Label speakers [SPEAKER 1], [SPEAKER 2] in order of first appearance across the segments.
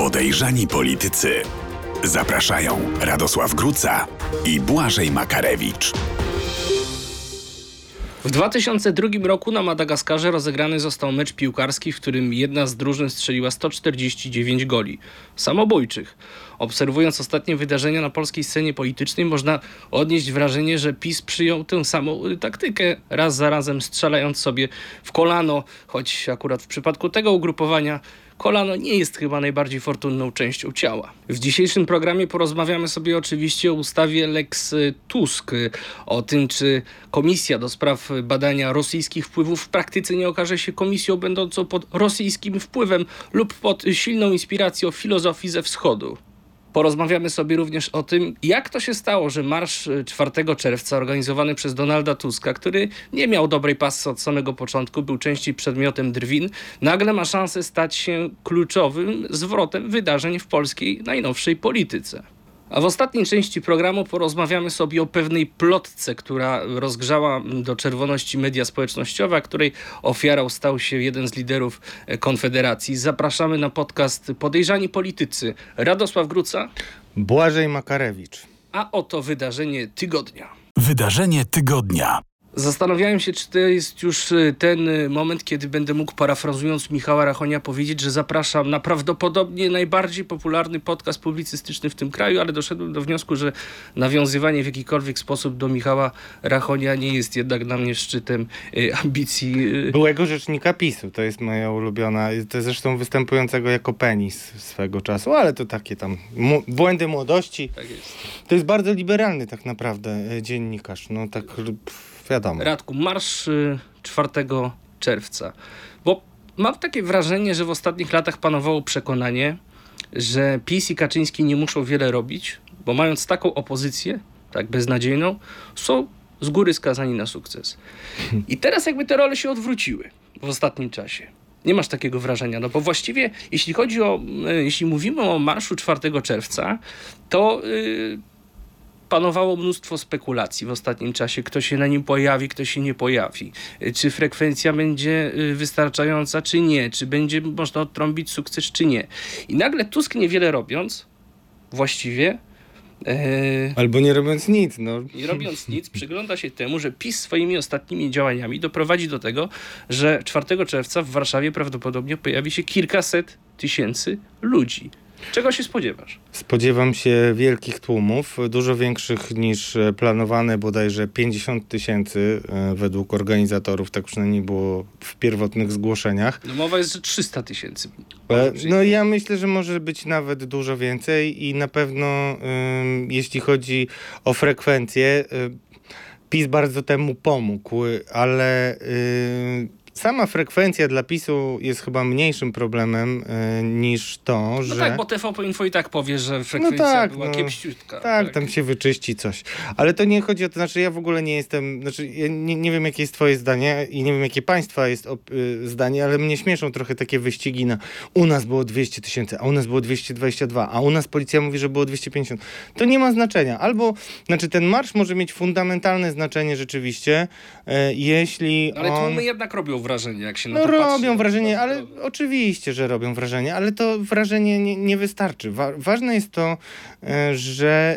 [SPEAKER 1] Podejrzani politycy. Zapraszają Radosław Gruca i Błażej Makarewicz.
[SPEAKER 2] W 2002 roku na Madagaskarze rozegrany został mecz piłkarski, w którym jedna z drużyn strzeliła 149 goli samobójczych. Obserwując ostatnie wydarzenia na polskiej scenie politycznej, można odnieść wrażenie, że PiS przyjął tę samą taktykę, raz za razem strzelając sobie w kolano, choć akurat w przypadku tego ugrupowania kolano nie jest chyba najbardziej fortunną częścią ciała. W dzisiejszym programie porozmawiamy sobie oczywiście o ustawie Lex Tusk, o tym, czy komisja do spraw badania rosyjskich wpływów w praktyce nie okaże się komisją będącą pod rosyjskim wpływem lub pod silną inspiracją filozofii ze wschodu. Porozmawiamy sobie również o tym, jak to się stało, że marsz 4 czerwca organizowany przez Donalda Tuska, który nie miał dobrej pasy od samego początku, był częściej przedmiotem drwin, nagle ma szansę stać się kluczowym zwrotem wydarzeń w polskiej najnowszej polityce. A w ostatniej części programu porozmawiamy sobie o pewnej plotce, która rozgrzała do czerwoności media społecznościowe, a której ofiarą stał się jeden z liderów Konfederacji. Zapraszamy na podcast Podejrzani Politycy. Radosław Gruca.
[SPEAKER 3] Błażej Makarewicz.
[SPEAKER 2] A oto wydarzenie tygodnia.
[SPEAKER 1] Wydarzenie tygodnia.
[SPEAKER 2] Zastanawiałem się, czy to jest już ten moment, kiedy będę mógł, parafrazując Michała Rachonia, powiedzieć, że zapraszam na prawdopodobnie najbardziej popularny podcast publicystyczny w tym kraju, ale doszedłem do wniosku, że nawiązywanie w jakikolwiek sposób do Michała Rachonia nie jest jednak dla mnie szczytem ambicji.
[SPEAKER 3] Byłego rzecznika PiS-u, to jest moja ulubiona, to jest zresztą występującego jako penis swego czasu, ale to takie tam błędy młodości.
[SPEAKER 2] Tak jest.
[SPEAKER 3] To jest bardzo liberalny tak naprawdę dziennikarz, no tak wiadomo.
[SPEAKER 2] Radku, marsz 4 czerwca. Bo mam takie wrażenie, że w ostatnich latach panowało przekonanie, że PiS i Kaczyński nie muszą wiele robić, bo mając taką opozycję, tak beznadziejną, są z góry skazani na sukces. I teraz jakby te role się odwróciły w ostatnim czasie. Nie masz takiego wrażenia, no bo właściwie jeśli mówimy o marszu 4 czerwca, to panowało mnóstwo spekulacji w ostatnim czasie. Kto się na nim pojawi, kto się nie pojawi. Czy frekwencja będzie wystarczająca, czy nie. Czy będzie można odtrąbić sukces, czy nie. I nagle Tusk niewiele robiąc, właściwie
[SPEAKER 3] albo nie robiąc nic. No.
[SPEAKER 2] Nie robiąc nic, przygląda się temu, że PiS swoimi ostatnimi działaniami doprowadzi do tego, że 4 czerwca w Warszawie prawdopodobnie pojawi się kilkaset tysięcy ludzi. Czego się spodziewasz?
[SPEAKER 3] Spodziewam się wielkich tłumów, dużo większych niż planowane, bodajże 50 000 według organizatorów, tak przynajmniej było w pierwotnych zgłoszeniach.
[SPEAKER 2] No mowa jest, że 300 000.
[SPEAKER 3] No ja myślę, że może być nawet dużo więcej i na pewno jeśli chodzi o frekwencję, PiS bardzo temu pomógł, ale sama frekwencja dla PiS-u jest chyba mniejszym problemem niż to, że...
[SPEAKER 2] No tak, bo TVP Info i tak powie, że frekwencja była kiepściutka.
[SPEAKER 3] Tak, tam się wyczyści coś. Ale to nie chodzi o to, znaczy ja w ogóle nie jestem, ja nie wiem, jakie jest twoje zdanie i nie wiem, jakie państwa jest zdanie, ale mnie śmieszą trochę takie wyścigi na u nas było 200 000, a u nas było 222, a u nas policja mówi, że było 250. To nie ma znaczenia. Ten marsz może mieć fundamentalne znaczenie rzeczywiście, jeśli
[SPEAKER 2] ale
[SPEAKER 3] on...
[SPEAKER 2] tłumy jednak robią wrażenie, jak się na to patrzy.
[SPEAKER 3] Robią wrażenie, ale oczywiście, że robią wrażenie, ale to wrażenie nie wystarczy. Ważne jest to, że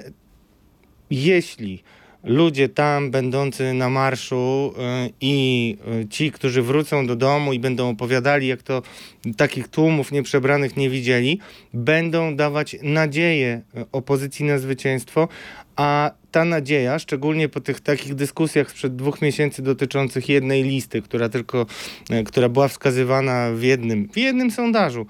[SPEAKER 3] jeśli ludzie tam będący na marszu i ci, którzy wrócą do domu i będą opowiadali, jak to takich tłumów nieprzebranych nie widzieli, będą dawać nadzieję opozycji na zwycięstwo, a ta nadzieja, szczególnie po tych takich dyskusjach sprzed 2 miesięcy dotyczących jednej listy, która była wskazywana w jednym sondażu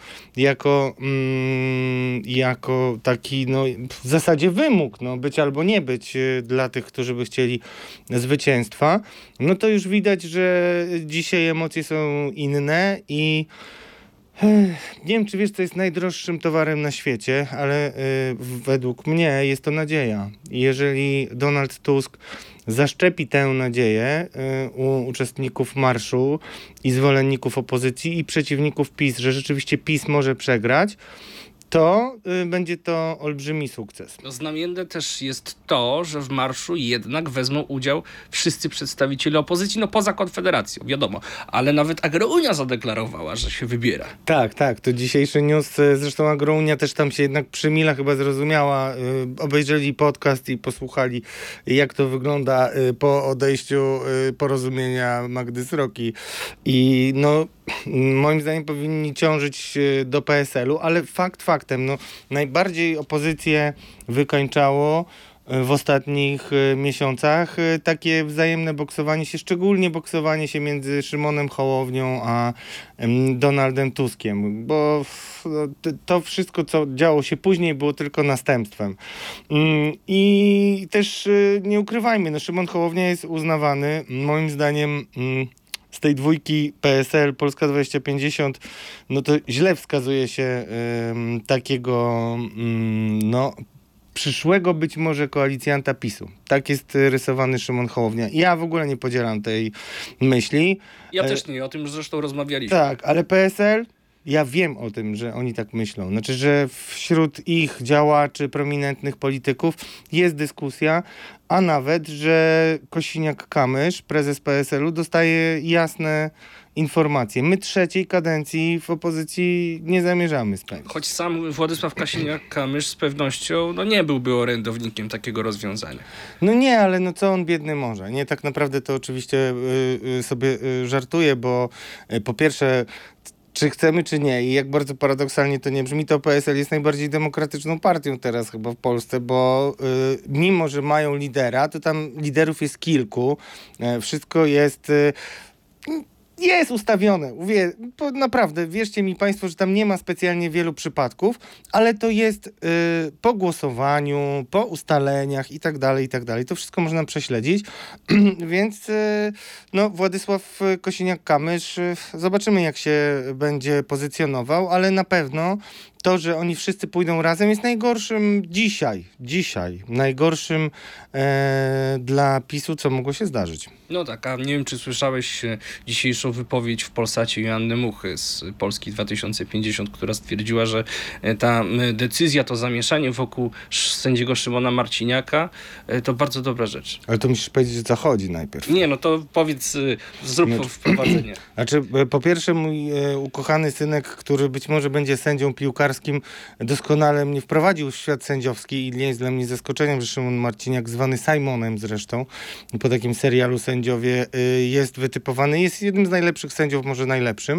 [SPEAKER 3] jako taki w zasadzie wymóg, być albo nie być dla tych, którzy by chcieli zwycięstwa, no to już widać, że dzisiaj emocje są inne i nie wiem, czy wiesz, co jest najdroższym towarem na świecie, ale według mnie jest to nadzieja. Jeżeli Donald Tusk zaszczepi tę nadzieję u uczestników marszu i zwolenników opozycji i przeciwników PiS, że rzeczywiście PiS może przegrać, to będzie to olbrzymi sukces.
[SPEAKER 2] No, znamienne też jest to, że w marszu jednak wezmą udział wszyscy przedstawiciele opozycji, no poza Konfederacją, wiadomo, ale nawet Agrounia zadeklarowała, że się wybiera.
[SPEAKER 3] Tak, to dzisiejszy news, zresztą Agrounia też tam się jednak przymila, chyba zrozumiała, obejrzeli podcast i posłuchali, jak to wygląda po odejściu porozumienia Magdy Sroki i no moim zdaniem powinni ciążyć do PSL-u, ale fakt faktem, no najbardziej opozycję wykańczało w ostatnich miesiącach takie wzajemne boksowanie się, szczególnie boksowanie się między Szymonem Hołownią a Donaldem Tuskiem, bo to wszystko, co działo się później, było tylko następstwem. I też nie ukrywajmy, no Szymon Hołownia jest uznawany, moim zdaniem, z tej dwójki PSL, Polska 2050, no to źle wskazuje się takiego, no przyszłego być może koalicjanta PiS-u. Tak jest rysowany Szymon Hołownia. Ja w ogóle nie podzielam tej myśli.
[SPEAKER 2] Ja też nie, o tym zresztą rozmawialiśmy.
[SPEAKER 3] Tak, ale PSL, ja wiem o tym, że oni tak myślą. Znaczy, że wśród ich działaczy, prominentnych polityków jest dyskusja, a nawet, że Kosiniak-Kamysz, prezes PSL-u, dostaje jasne informacje. My trzeciej kadencji w opozycji nie zamierzamy spędzić.
[SPEAKER 2] Choć sam Władysław Kosiniak-Kamysz z pewnością nie byłby orędownikiem takiego rozwiązania.
[SPEAKER 3] No nie, ale no co on biedny może? Nie, tak naprawdę to oczywiście sobie żartuję, bo po pierwsze, czy chcemy, czy nie, i jak bardzo paradoksalnie to nie brzmi, to PSL jest najbardziej demokratyczną partią teraz chyba w Polsce, bo mimo, że mają lidera, to tam liderów jest kilku, wszystko jest ustawione. Naprawdę, wierzcie mi państwo, że tam nie ma specjalnie wielu przypadków, ale to jest po głosowaniu, po ustaleniach i tak dalej, i tak dalej. To wszystko można prześledzić, więc no, Władysław Kosiniak-Kamysz, zobaczymy, jak się będzie pozycjonował, ale na pewno to, że oni wszyscy pójdą razem, jest najgorszym dzisiaj najgorszym dla PiS-u, co mogło się zdarzyć.
[SPEAKER 2] No tak, a nie wiem, czy słyszałeś dzisiejszą wypowiedź w Polsacie Joanny Muchy z Polski 2050, która stwierdziła, że ta decyzja, to zamieszanie wokół sędziego Szymona Marciniaka to bardzo dobra rzecz.
[SPEAKER 3] Ale to musisz powiedzieć, co chodzi najpierw.
[SPEAKER 2] Nie, no to powiedz, zrób wprowadzenie.
[SPEAKER 3] Znaczy, po pierwsze, mój ukochany synek, który być może będzie sędzią piłkarskim, doskonale mnie wprowadził w świat sędziowski i nie jest dla mnie zaskoczeniem, że Szymon Marciniak, zwany Simonem zresztą, po takim serialu Sędziowie jest wytypowany. Jest jednym z najlepszych sędziów, może najlepszym.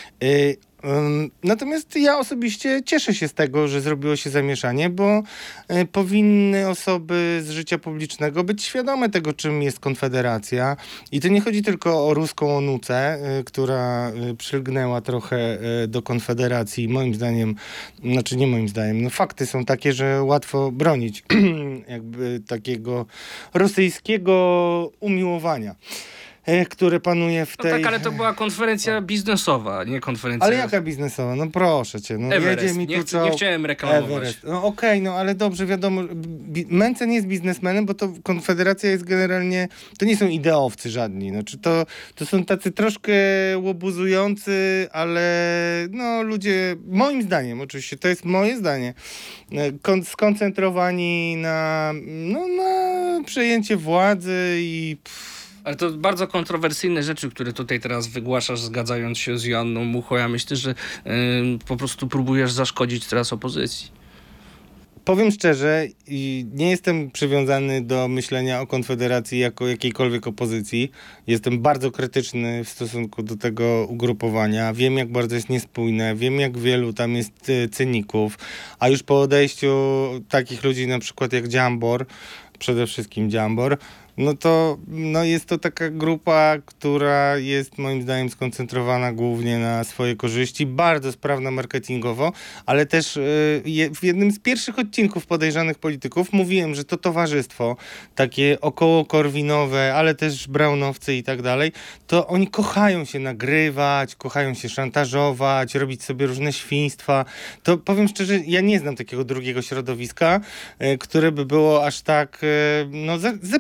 [SPEAKER 3] Natomiast ja osobiście cieszę się z tego, że zrobiło się zamieszanie, bo powinny osoby z życia publicznego być świadome tego, czym jest Konfederacja. I to nie chodzi tylko o ruską onucę, która przylgnęła trochę do Konfederacji. Moim zdaniem, znaczy nie moim zdaniem, no fakty są takie, że łatwo bronić jakby takiego rosyjskiego umiłowania, które panuje w tej...
[SPEAKER 2] No tak, ale to była konferencja biznesowa, nie konferencja...
[SPEAKER 3] Ale jaka biznesowa? No proszę cię. No
[SPEAKER 2] Everest.
[SPEAKER 3] jedzie mi tu
[SPEAKER 2] Nie chciałem reklamować.
[SPEAKER 3] Everest. No okej, no ale dobrze, wiadomo. Mencen jest biznesmenem, bo to Konfederacja jest generalnie... To nie są ideowcy żadni. Znaczy to są tacy troszkę łobuzujący, ale no ludzie, moim zdaniem oczywiście, to jest moje zdanie, skoncentrowani na przejęcie władzy i...
[SPEAKER 2] Ale to bardzo kontrowersyjne rzeczy, które tutaj teraz wygłaszasz, zgadzając się z Joanną Muchą. Ja myślę, że po prostu próbujesz zaszkodzić teraz opozycji.
[SPEAKER 3] Powiem szczerze, nie jestem przywiązany do myślenia o Konfederacji jako jakiejkolwiek opozycji. Jestem bardzo krytyczny w stosunku do tego ugrupowania. Wiem, jak bardzo jest niespójne, wiem, jak wielu tam jest cyników, a już po odejściu takich ludzi na przykład jak Dziambor, przede wszystkim Dziambor, no to jest to taka grupa, która jest moim zdaniem skoncentrowana głównie na swoje korzyści, bardzo sprawna marketingowo, ale też w jednym z pierwszych odcinków Podejrzanych Polityków mówiłem, że to towarzystwo, takie około korwinowe, ale też braunowcy i tak dalej, to oni kochają się nagrywać, kochają się szantażować, robić sobie różne świństwa. To powiem szczerze, ja nie znam takiego drugiego środowiska, które by było aż tak zepsute, bym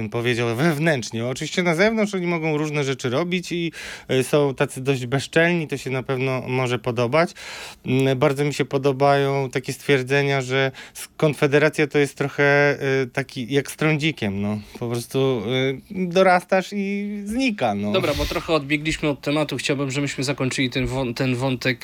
[SPEAKER 3] bym powiedział, wewnętrznie. Oczywiście na zewnątrz oni mogą różne rzeczy robić i są tacy dość bezczelni, to się na pewno może podobać. Bardzo mi się podobają takie stwierdzenia, że Konfederacja to jest trochę taki jak z trądzikiem, no. Po prostu dorastasz i znika, no.
[SPEAKER 2] Dobra, bo trochę odbiegliśmy od tematu. Chciałbym, żebyśmy zakończyli ten wątek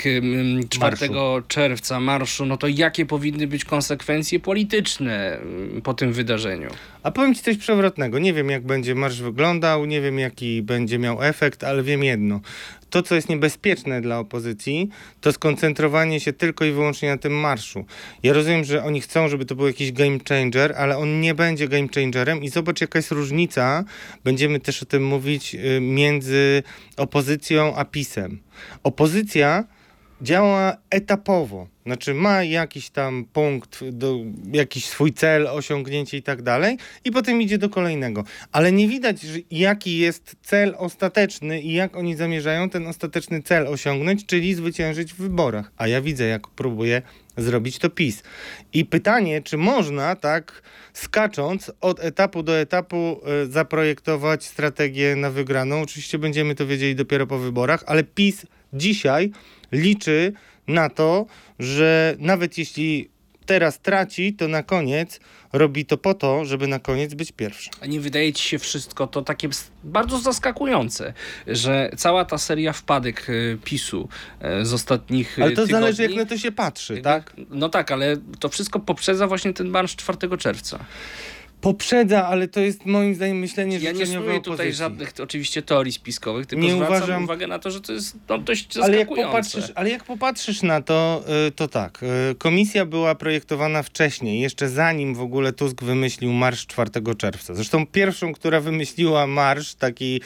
[SPEAKER 2] 4 czerwca, marszu. No to jakie powinny być konsekwencje polityczne po tym wydarzeniu?
[SPEAKER 3] A powiem ci coś przewrotnego. Nie wiem, jak będzie marsz wyglądał, nie wiem, jaki będzie miał efekt, ale wiem jedno. To, co jest niebezpieczne dla opozycji, to skoncentrowanie się tylko i wyłącznie na tym marszu. Ja rozumiem, że oni chcą, żeby to był jakiś game changer, ale on nie będzie game changerem i zobacz, jaka jest różnica, będziemy też o tym mówić, między opozycją a PiS-em. Opozycja działa etapowo. Znaczy ma jakiś tam punkt, jakiś swój cel, osiągnięcie i tak dalej i potem idzie do kolejnego. Ale nie widać, jaki jest cel ostateczny i jak oni zamierzają ten ostateczny cel osiągnąć, czyli zwyciężyć w wyborach. A ja widzę, jak próbuje zrobić to PiS. I pytanie, czy można tak skacząc od etapu do etapu zaprojektować strategię na wygraną. Oczywiście będziemy to wiedzieli dopiero po wyborach, ale PiS dzisiaj liczy na to, że nawet jeśli teraz traci, to na koniec robi to po to, żeby na koniec być pierwszy.
[SPEAKER 2] A nie wydaje ci się wszystko to takie bardzo zaskakujące, że cała ta seria wpadek PiS-u z ostatnich
[SPEAKER 3] Ale to
[SPEAKER 2] tygodni,
[SPEAKER 3] zależy, jak na to się patrzy, tak?
[SPEAKER 2] No tak, ale to wszystko poprzedza właśnie ten marsz 4 czerwca.
[SPEAKER 3] Poprzedza, ale to jest moim zdaniem myślenie
[SPEAKER 2] Ja nie
[SPEAKER 3] życzeniowe
[SPEAKER 2] snuję
[SPEAKER 3] opozycji.
[SPEAKER 2] tutaj żadnych oczywiście teorii spiskowych, tylko
[SPEAKER 3] Nie
[SPEAKER 2] zwracam
[SPEAKER 3] uważam-
[SPEAKER 2] uwagę na to, że to jest dość zaskakujące.
[SPEAKER 3] Ale jak popatrzysz na to, to tak. Komisja była projektowana wcześniej, jeszcze zanim w ogóle Tusk wymyślił marsz 4 czerwca. Zresztą pierwszą, która wymyśliła marsz taki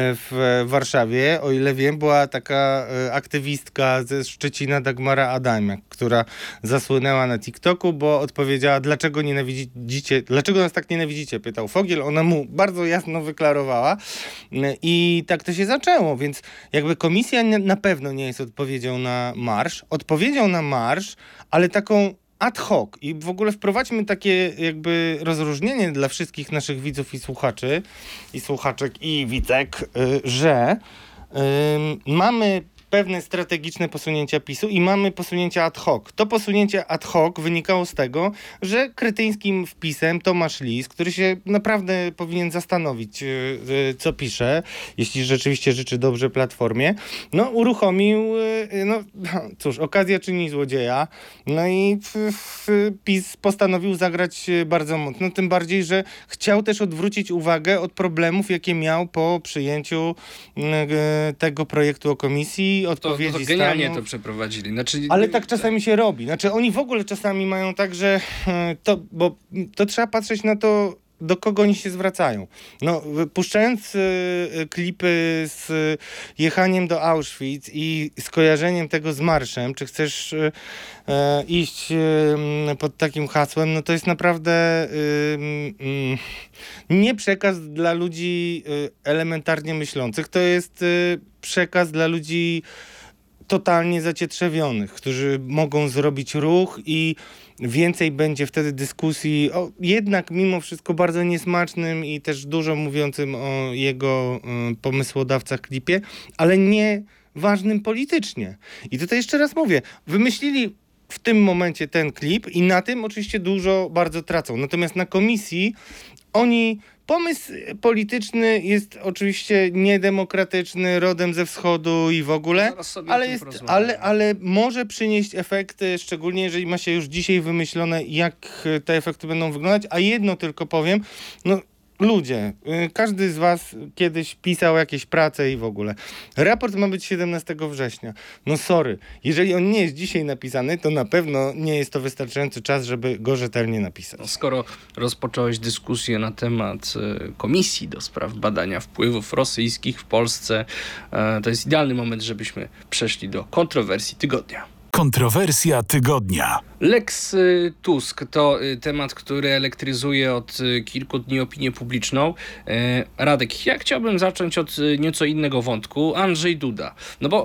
[SPEAKER 3] w Warszawie, o ile wiem, była taka aktywistka ze Szczecina, Dagmara Adamiak, która zasłynęła na TikToku, bo odpowiedziała, dlaczego nas tak nienawidzicie, pytał Fogiel. Ona mu bardzo jasno wyklarowała i tak to się zaczęło, więc jakby komisja na pewno nie jest odpowiedzią na marsz. Odpowiedzią na marsz, ale taką ad hoc i w ogóle wprowadźmy takie jakby rozróżnienie dla wszystkich naszych widzów i słuchaczy, i słuchaczek, i widzek, że mamy pewne strategiczne posunięcia PiS-u i mamy posunięcia ad hoc. To posunięcie ad hoc wynikało z tego, że kretyńskim wpisem Tomasz Lis, który się naprawdę powinien zastanowić, co pisze, jeśli rzeczywiście życzy dobrze Platformie, no uruchomił, no cóż, okazja czyni złodzieja, no i PiS postanowił zagrać bardzo mocno, tym bardziej, że chciał też odwrócić uwagę od problemów, jakie miał po przyjęciu tego projektu o komisji, odpowiedzi
[SPEAKER 2] to genialnie
[SPEAKER 3] stanów.
[SPEAKER 2] to przeprowadzili. Znaczy,
[SPEAKER 3] Ale tak czasami się robi. Znaczy oni w ogóle czasami mają tak, że bo to trzeba patrzeć na to, do kogo oni się zwracają. No, puszczając klipy z jechaniem do Auschwitz i skojarzeniem tego z marszem, czy chcesz iść pod takim hasłem, no to jest naprawdę nie przekaz dla ludzi elementarnie myślących. To jest przekaz dla ludzi totalnie zacietrzewionych, którzy mogą zrobić ruch i więcej będzie wtedy dyskusji o jednak mimo wszystko bardzo niesmacznym i też dużo mówiącym o jego pomysłodawcach klipie, ale nie ważnym politycznie. I tutaj jeszcze raz mówię, wymyślili w tym momencie ten klip i na tym oczywiście dużo bardzo tracą. Natomiast na komisji pomysł polityczny jest oczywiście niedemokratyczny, rodem ze wschodu i w ogóle, ale może przynieść efekty, szczególnie jeżeli ma się już dzisiaj wymyślone, jak te efekty będą wyglądać. A jedno tylko powiem, no ludzie, każdy z was kiedyś pisał jakieś prace i w ogóle. Raport ma być 17 września. No sorry, jeżeli on nie jest dzisiaj napisany, to na pewno nie jest to wystarczający czas, żeby go rzetelnie napisać.
[SPEAKER 2] No, skoro rozpocząłeś dyskusję na temat Komisji do spraw badania wpływów rosyjskich w Polsce, to jest idealny moment, żebyśmy przeszli do kontrowersji tygodnia.
[SPEAKER 1] Kontrowersja tygodnia.
[SPEAKER 2] Lex Tusk to temat, który elektryzuje od kilku dni opinię publiczną. Radek, ja chciałbym zacząć od nieco innego wątku. Andrzej Duda. No bo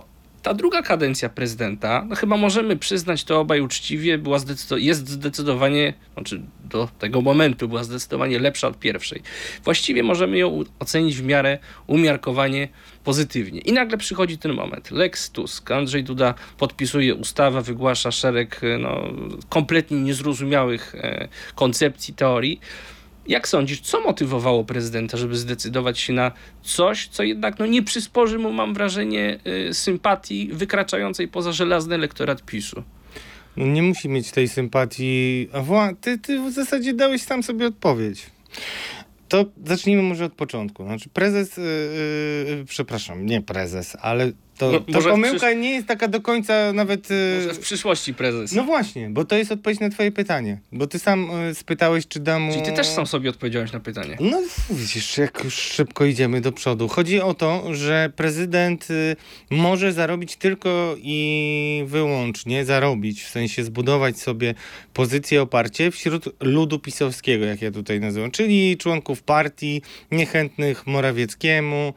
[SPEAKER 2] Ta druga kadencja prezydenta, no chyba możemy przyznać to obaj uczciwie, jest zdecydowanie, znaczy do tego momentu była zdecydowanie lepsza od pierwszej. Właściwie możemy ją ocenić w miarę umiarkowanie pozytywnie. I nagle przychodzi ten moment. Lex Tusk. Andrzej Duda podpisuje ustawę, wygłasza szereg kompletnie niezrozumiałych koncepcji, teorii. Jak sądzisz, co motywowało prezydenta, żeby zdecydować się na coś, co jednak nie przysporzy mu, mam wrażenie, sympatii wykraczającej poza żelazny elektorat PiS-u?
[SPEAKER 3] No nie musi mieć tej sympatii. Ty w zasadzie dałeś sam sobie odpowiedź. To zacznijmy może od początku. Znaczy prezes, przepraszam, nie prezes, ale ta pomyłka nie jest taka do końca nawet...
[SPEAKER 2] Może w przyszłości prezes.
[SPEAKER 3] No właśnie, bo to jest odpowiedź na twoje pytanie. Bo ty sam spytałeś, czy dam mu...
[SPEAKER 2] Czyli ty też sam sobie odpowiedziałeś na pytanie.
[SPEAKER 3] No widzisz, jak już szybko idziemy do przodu. Chodzi o to, że prezydent może zarobić tylko i wyłącznie, w sensie zbudować sobie pozycję, oparcie wśród ludu pisowskiego, jak ja tutaj nazywam, czyli członków partii, niechętnych Morawieckiemu,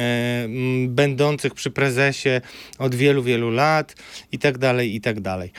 [SPEAKER 3] będących przy prezesie od wielu, wielu lat i tak dalej, i tak dalej.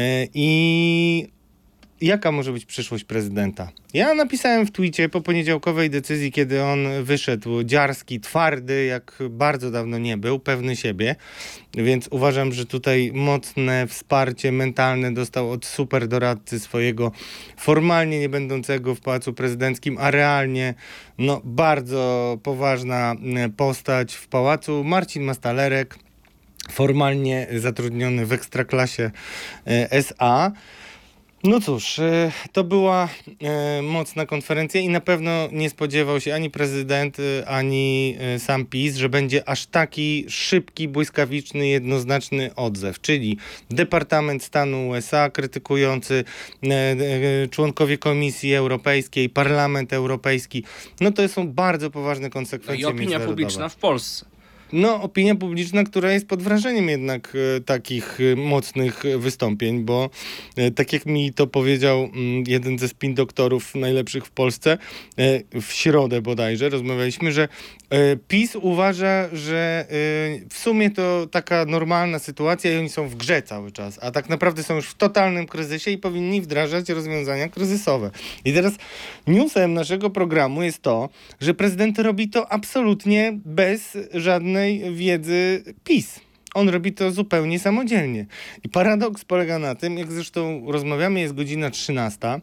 [SPEAKER 3] I jaka może być przyszłość prezydenta? Ja napisałem w tweetie po poniedziałkowej decyzji, kiedy on wyszedł dziarski, twardy, jak bardzo dawno nie był, pewny siebie, więc uważam, że tutaj mocne wsparcie mentalne dostał od super doradcy swojego, formalnie nie będącego w Pałacu Prezydenckim, a realnie bardzo poważna postać w pałacu, Marcin Mastalerek, formalnie zatrudniony w Ekstraklasie SA. No cóż, to była mocna konferencja i na pewno nie spodziewał się ani prezydent, ani sam PiS, że będzie aż taki szybki, błyskawiczny, jednoznaczny odzew. Czyli Departament Stanu USA krytykujący, członkowie Komisji Europejskiej, Parlament Europejski. No to są bardzo poważne konsekwencje
[SPEAKER 2] i opinia publiczna w Polsce.
[SPEAKER 3] Opinia publiczna, która jest pod wrażeniem jednak takich mocnych wystąpień, bo tak jak mi to powiedział jeden ze spin doktorów najlepszych w Polsce, w środę bodajże rozmawialiśmy, że PiS uważa, że w sumie to taka normalna sytuacja i oni są w grze cały czas, a tak naprawdę są już w totalnym kryzysie i powinni wdrażać rozwiązania kryzysowe. I teraz newsem naszego programu jest to, że prezydent robi to absolutnie bez żadnej wiedzy PiS. On robi to zupełnie samodzielnie. I paradoks polega na tym, jak zresztą rozmawiamy, jest godzina 13.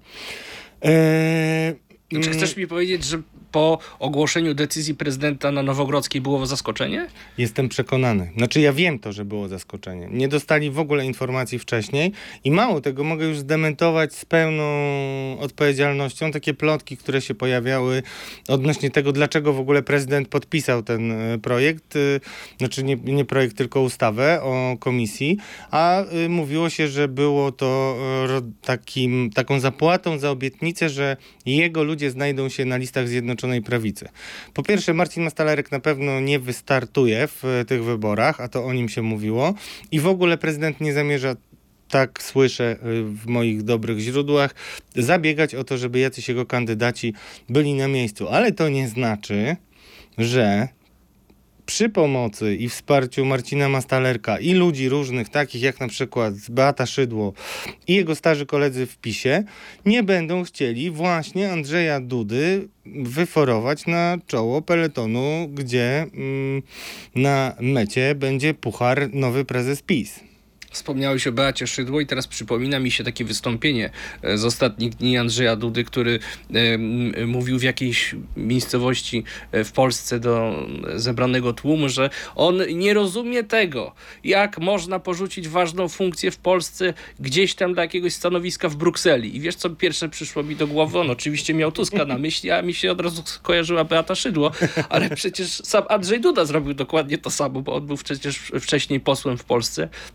[SPEAKER 2] Czy chcesz mi powiedzieć, że po ogłoszeniu decyzji prezydenta na Nowogrodzkiej było zaskoczenie?
[SPEAKER 3] Jestem przekonany. Znaczy ja wiem to, że było zaskoczenie. Nie dostali w ogóle informacji wcześniej i mało tego, mogę już zdementować z pełną odpowiedzialnością takie plotki, które się pojawiały odnośnie tego, dlaczego w ogóle prezydent podpisał ten projekt. Znaczy nie projekt, tylko ustawę o komisji, a mówiło się, że było to taką zapłatą za obietnicę, że jego ludzie znajdą się na listach Zjednoczonej Prawicy. Po pierwsze, Marcin Mastalerek na pewno nie wystartuje w tych wyborach, a to o nim się mówiło. I w ogóle prezydent nie zamierza, tak słyszę w moich dobrych źródłach, zabiegać o to, żeby jacyś jego kandydaci byli na miejscu. Ale to nie znaczy, że przy pomocy i wsparciu Marcina Mastalerka i ludzi różnych, takich jak na przykład Beata Szydło i jego starzy koledzy w PiS-ie, nie będą chcieli właśnie Andrzeja Dudy wyforować na czoło peletonu, gdzie na mecie będzie puchar nowy prezes PiS.
[SPEAKER 2] Wspomniałeś o Beacie Szydło i teraz przypomina mi się takie wystąpienie z ostatnich dni Andrzeja Dudy, który mówił w jakiejś miejscowości w Polsce do zebranego tłumu, że on nie rozumie tego, jak można porzucić ważną funkcję w Polsce gdzieś tam dla jakiegoś stanowiska w Brukseli. I wiesz, co pierwsze przyszło mi do głowy? On oczywiście miał Tuska na myśli, a mi się od razu skojarzyła Beata Szydło, ale przecież sam Andrzej Duda zrobił dokładnie to samo, bo on był przecież wcześniej posłem w Polsce i później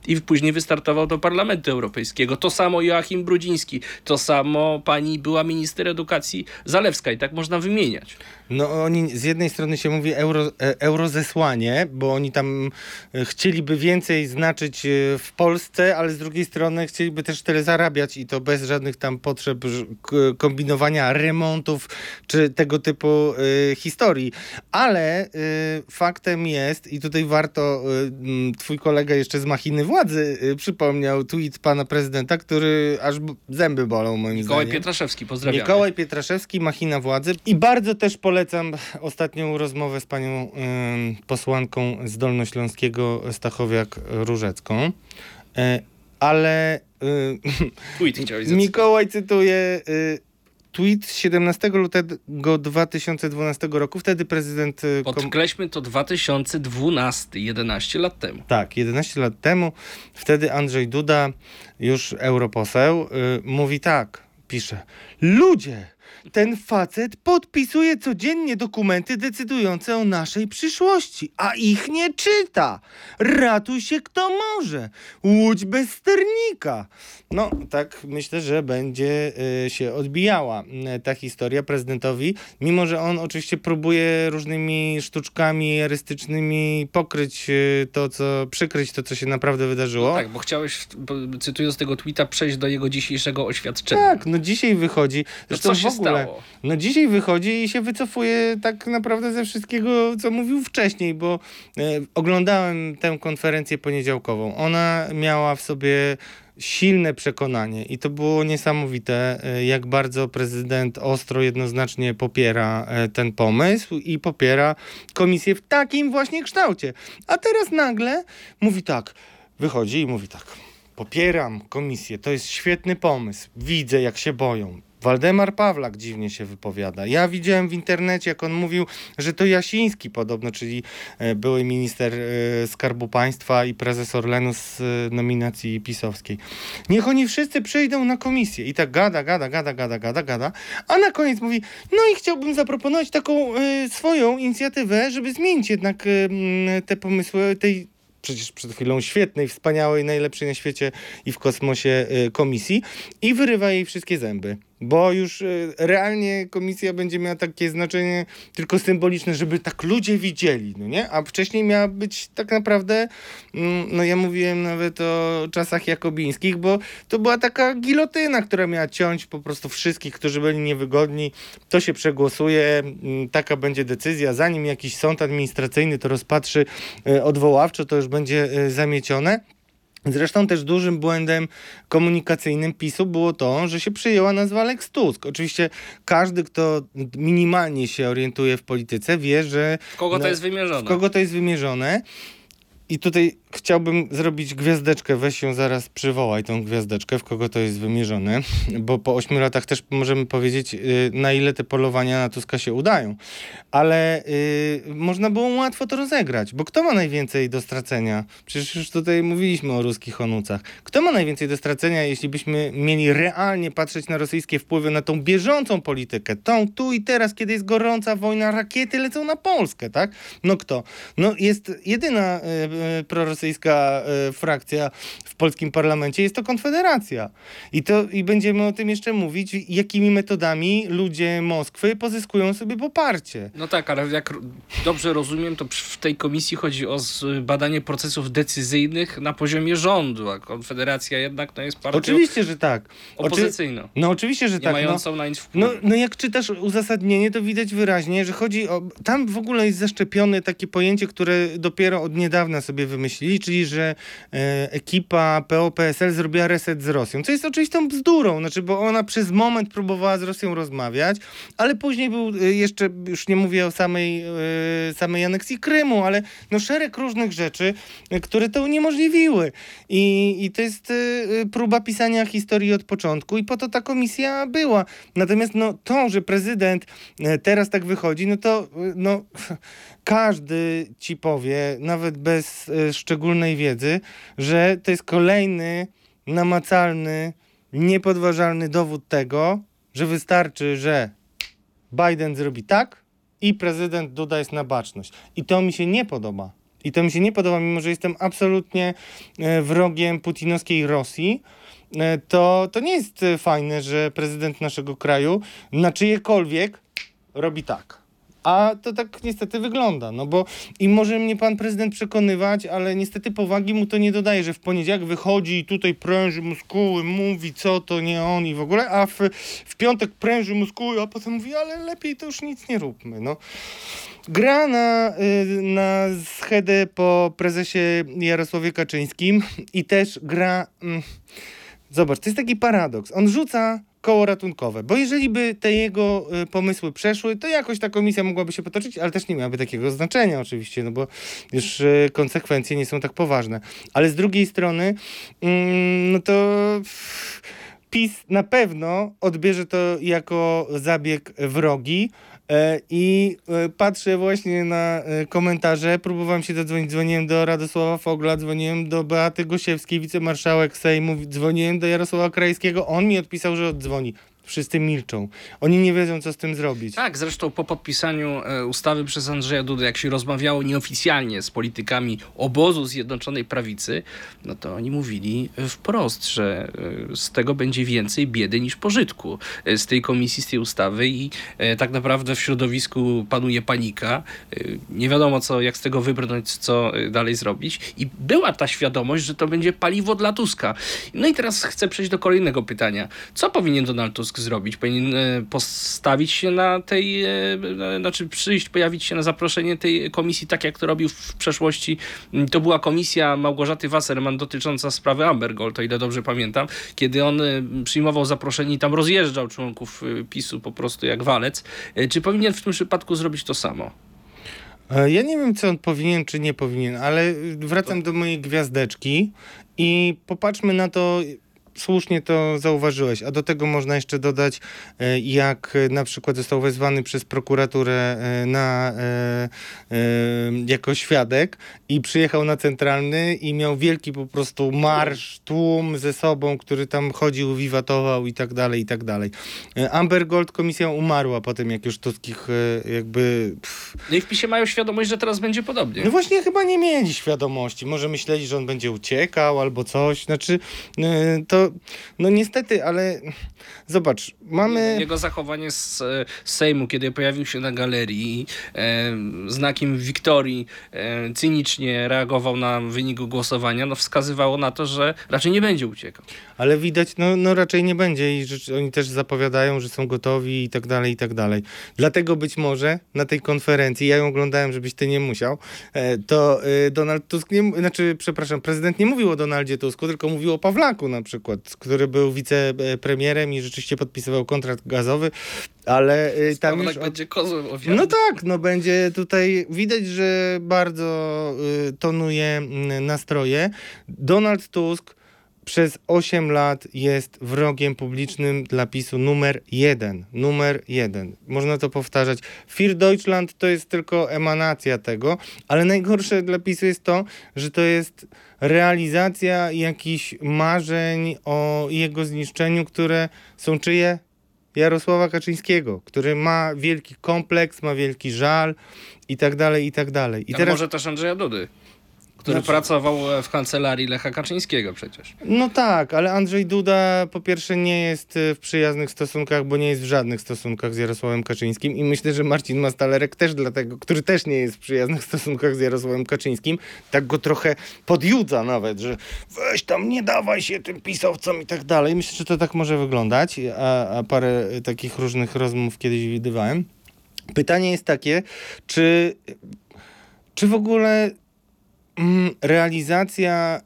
[SPEAKER 2] nie wystartował do Parlamentu Europejskiego. To samo Joachim Brudziński, to samo pani była minister edukacji Zalewska i tak można wymieniać.
[SPEAKER 3] No oni z jednej strony się mówi eurozesłanie, bo oni tam chcieliby więcej znaczyć w Polsce, ale z drugiej strony chcieliby też tyle zarabiać i to bez żadnych tam potrzeb kombinowania remontów czy tego typu historii. Ale faktem jest, i tutaj warto, twój kolega jeszcze z machiny władzy przypomniał tweet pana prezydenta, który aż zęby bolą moim
[SPEAKER 2] Mikołaj
[SPEAKER 3] zdaniem.
[SPEAKER 2] Pietraszewski, pozdrawiamy.
[SPEAKER 3] Mikołaj Pietraszewski, machina władzy. I bardzo też polecam ostatnią rozmowę z panią posłanką z Dolnośląskiego Stachowiak-Różecką. Ale
[SPEAKER 2] Tweet chciałeś zacytować.
[SPEAKER 3] Mikołaj cytuje tweet z 17 lutego 2012 roku. Wtedy prezydent...
[SPEAKER 2] Podkreślmy to 2012, 11 lat temu.
[SPEAKER 3] Tak, 11 lat temu. Wtedy Andrzej Duda, już europoseł, mówi tak, pisze: ludzie, ten facet podpisuje codziennie dokumenty decydujące o naszej przyszłości, a ich nie czyta. Ratuj się kto może. Łódź bez sternika. No, tak myślę, że będzie się odbijała ta historia prezydentowi, mimo że on oczywiście próbuje różnymi sztuczkami arystycznymi przykryć to, co się naprawdę wydarzyło.
[SPEAKER 2] No tak, bo chciałeś, cytując tego tweeta, przejść do jego dzisiejszego oświadczenia.
[SPEAKER 3] Tak, no dzisiaj wychodzi. Zresztą
[SPEAKER 2] co się
[SPEAKER 3] w ogóle,
[SPEAKER 2] stało?
[SPEAKER 3] No dzisiaj wychodzi i się wycofuje tak naprawdę ze wszystkiego, co mówił wcześniej, bo oglądałem tę konferencję poniedziałkową. Ona miała w sobie silne przekonanie i to było niesamowite, jak bardzo prezydent ostro, jednoznacznie popiera ten pomysł i popiera komisję w takim właśnie kształcie. A teraz nagle mówi tak, wychodzi i mówi tak: popieram komisję, to jest świetny pomysł, widzę jak się boją. Waldemar Pawlak dziwnie się wypowiada. Ja widziałem w internecie, jak on mówił, że to Jasiński podobno, czyli były minister Skarbu Państwa i prezes Orlenu z nominacji pisowskiej. Niech oni wszyscy przyjdą na komisję. I tak gada, a na koniec mówi: no i chciałbym zaproponować taką swoją inicjatywę, żeby zmienić jednak te pomysły tej przecież przed chwilą świetnej, wspaniałej, najlepszej na świecie i w kosmosie komisji, i wyrywa jej wszystkie zęby. Bo już realnie komisja będzie miała takie znaczenie tylko symboliczne, żeby tak ludzie widzieli, no nie? A wcześniej miała być tak naprawdę, no ja mówiłem nawet o czasach jakobińskich, bo to była taka gilotyna, która miała ciąć po prostu wszystkich, którzy byli niewygodni. To się przegłosuje, taka będzie decyzja. Zanim jakiś sąd administracyjny to rozpatrzy odwoławczo, to już będzie zamiecione. Zresztą też dużym błędem komunikacyjnym PiS-u było to, że się przyjęła nazwa Lex Tusk. Oczywiście każdy, kto minimalnie się orientuje w polityce, wie, że...
[SPEAKER 2] W kogo to jest wymierzone?
[SPEAKER 3] W kogo to jest wymierzone. I tutaj chciałbym zrobić gwiazdeczkę, weź ją zaraz przywołaj, tą gwiazdeczkę, w kogo to jest wymierzone, bo po 8 latach też możemy powiedzieć, na ile te polowania na Tuska się udają. Ale można było łatwo to rozegrać, bo kto ma najwięcej do stracenia? Przecież już tutaj mówiliśmy o ruskich onucach. Kto ma najwięcej do stracenia, jeśli byśmy mieli realnie patrzeć na rosyjskie wpływy, na tą bieżącą politykę, tą tu i teraz, kiedy jest gorąca wojna, rakiety lecą na Polskę, tak? No kto? No jest jedyna prorosyjska frakcja w polskim parlamencie, jest to Konfederacja. I będziemy o tym jeszcze mówić, jakimi metodami ludzie Moskwy pozyskują sobie poparcie.
[SPEAKER 2] No tak, ale jak dobrze rozumiem, to w tej komisji chodzi o badanie procesów decyzyjnych na poziomie rządu, a Konfederacja jednak jest partią
[SPEAKER 3] Oczywiście, że tak.
[SPEAKER 2] opozycyjną.
[SPEAKER 3] No oczywiście, że
[SPEAKER 2] nie
[SPEAKER 3] tak.
[SPEAKER 2] mającą na nic wpływu.
[SPEAKER 3] No jak czytasz uzasadnienie, to widać wyraźnie, że chodzi o... Tam w ogóle jest zaszczepione takie pojęcie, które dopiero od niedawna sobie wymyślili, czyli że ekipa PO-PSL zrobiła reset z Rosją, co jest oczywistą bzdurą, znaczy, bo ona przez moment próbowała z Rosją rozmawiać, ale później był jeszcze, już nie mówię o samej aneksji Krymu, ale no szereg różnych rzeczy, które to uniemożliwiły. I to jest próba pisania historii od początku i po to ta komisja była. Natomiast no to, że prezydent teraz tak wychodzi, no to każdy ci powie, nawet bez szczególnej wiedzy, że to jest kolejny namacalny, niepodważalny dowód tego, że wystarczy, że Biden zrobi tak i prezydent Duda jest na baczność. I to mi się nie podoba. i to mi się nie podoba, mimo że jestem absolutnie wrogiem putinowskiej Rosji, to nie jest fajne, że prezydent naszego kraju na czyjekolwiek robi tak. A to tak niestety wygląda, no bo i może mnie pan prezydent przekonywać, ale niestety powagi mu to nie dodaje, że w poniedziałek wychodzi i tutaj pręży muskuły, mówi co to nie on i w ogóle, a w piątek pręży muskuły, a potem mówi, ale lepiej to już nic nie róbmy, no. Gra na schedę po prezesie Jarosławie Kaczyńskim i też gra... Zobacz, to jest taki paradoks. On rzuca koło ratunkowe, bo jeżeli by te jego pomysły przeszły, to jakoś ta komisja mogłaby się potoczyć, ale też nie miałaby takiego znaczenia oczywiście, no bo już konsekwencje nie są tak poważne. Ale z drugiej strony, no to PiS na pewno odbierze to jako zabieg wrogi, i patrzę właśnie na komentarze, próbowałem się dodzwonić, dzwoniłem do Radosława Fogla, dzwoniłem do Beaty Gosiewskiej, wicemarszałek Sejmu, dzwoniłem do Jarosława Krajewskiego, on mi odpisał, że oddzwoni. Wszyscy milczą. Oni nie wiedzą, co z tym zrobić.
[SPEAKER 2] Tak, zresztą po podpisaniu ustawy przez Andrzeja Dudę, jak się rozmawiało nieoficjalnie z politykami obozu Zjednoczonej Prawicy, no to oni mówili wprost, że z tego będzie więcej biedy niż pożytku. Z tej komisji, z tej ustawy i tak naprawdę w środowisku panuje panika. Nie wiadomo, jak z tego wybrnąć, co dalej zrobić. I była ta świadomość, że to będzie paliwo dla Tuska. No i teraz chcę przejść do kolejnego pytania. Co powinien Donald Tusk zrobić? Powinien postawić się na tej, pojawić się na zaproszenie tej komisji, tak jak to robił w przeszłości. To była komisja Małgorzaty Wasserman dotycząca sprawy Amber Gold, o ile dobrze pamiętam, kiedy on przyjmował zaproszenie i tam rozjeżdżał członków PiS-u po prostu jak walec. Czy powinien w tym przypadku zrobić to samo?
[SPEAKER 3] Ja nie wiem, co on powinien, czy nie powinien, ale wracam do mojej gwiazdeczki i popatrzmy na to. Słusznie to zauważyłeś, a do tego można jeszcze dodać, jak na przykład został wezwany przez prokuraturę jako świadek i przyjechał na Centralny i miał wielki po prostu marsz, tłum ze sobą, który tam chodził, wiwatował i tak dalej, i tak dalej. Amber Gold komisja umarła po tym, jak już Tuskich jakby...
[SPEAKER 2] No i w PiS-ie mają świadomość, że teraz będzie podobnie.
[SPEAKER 3] No właśnie chyba nie mieli świadomości. Może myśleli, że on będzie uciekał albo coś. Znaczy, to no niestety, ale zobacz, mamy...
[SPEAKER 2] Jego zachowanie z Sejmu, kiedy pojawił się na galerii znakiem wiktorii, cynicznie reagował na wynik głosowania, no wskazywało na to, że raczej nie będzie uciekał.
[SPEAKER 3] Ale widać, no raczej nie będzie i że oni też zapowiadają, że są gotowi i tak dalej, i tak dalej. Dlatego być może na tej konferencji, ja ją oglądałem, żebyś ty nie musiał, to Donald Tusk, prezydent nie mówił o Donaldzie Tusku, tylko mówił o Pawlaku na przykład, który był wicepremierem i rzeczywiście podpisywał kontrakt gazowy, ale tam już...
[SPEAKER 2] będzie kozłem ofiarnym.
[SPEAKER 3] No tak, no będzie tutaj widać, że bardzo tonuje nastroje. Donald Tusk przez 8 lat jest wrogiem publicznym dla PiS-u numer jeden. Numer jeden. Można to powtarzać. Für Deutschland to jest tylko emanacja tego, ale najgorsze dla PiS-u jest to, że to jest realizacja jakichś marzeń o jego zniszczeniu, które są czyje? Jarosława Kaczyńskiego, który ma wielki kompleks, ma wielki żal i tak dalej, i tak dalej. I
[SPEAKER 2] teraz... może też Andrzeja Dudy, który pracował w kancelarii Lecha Kaczyńskiego przecież.
[SPEAKER 3] No tak, ale Andrzej Duda po pierwsze nie jest w przyjaznych stosunkach, bo nie jest w żadnych stosunkach z Jarosławem Kaczyńskim i myślę, że Marcin Mastalerek też dlatego, który też nie jest w przyjaznych stosunkach z Jarosławem Kaczyńskim, tak go trochę podjudza nawet, że weź tam, nie dawaj się tym pisowcom i tak dalej. Myślę, że to tak może wyglądać, a parę takich różnych rozmów kiedyś widywałem. Pytanie jest takie, czy w ogóle realizacja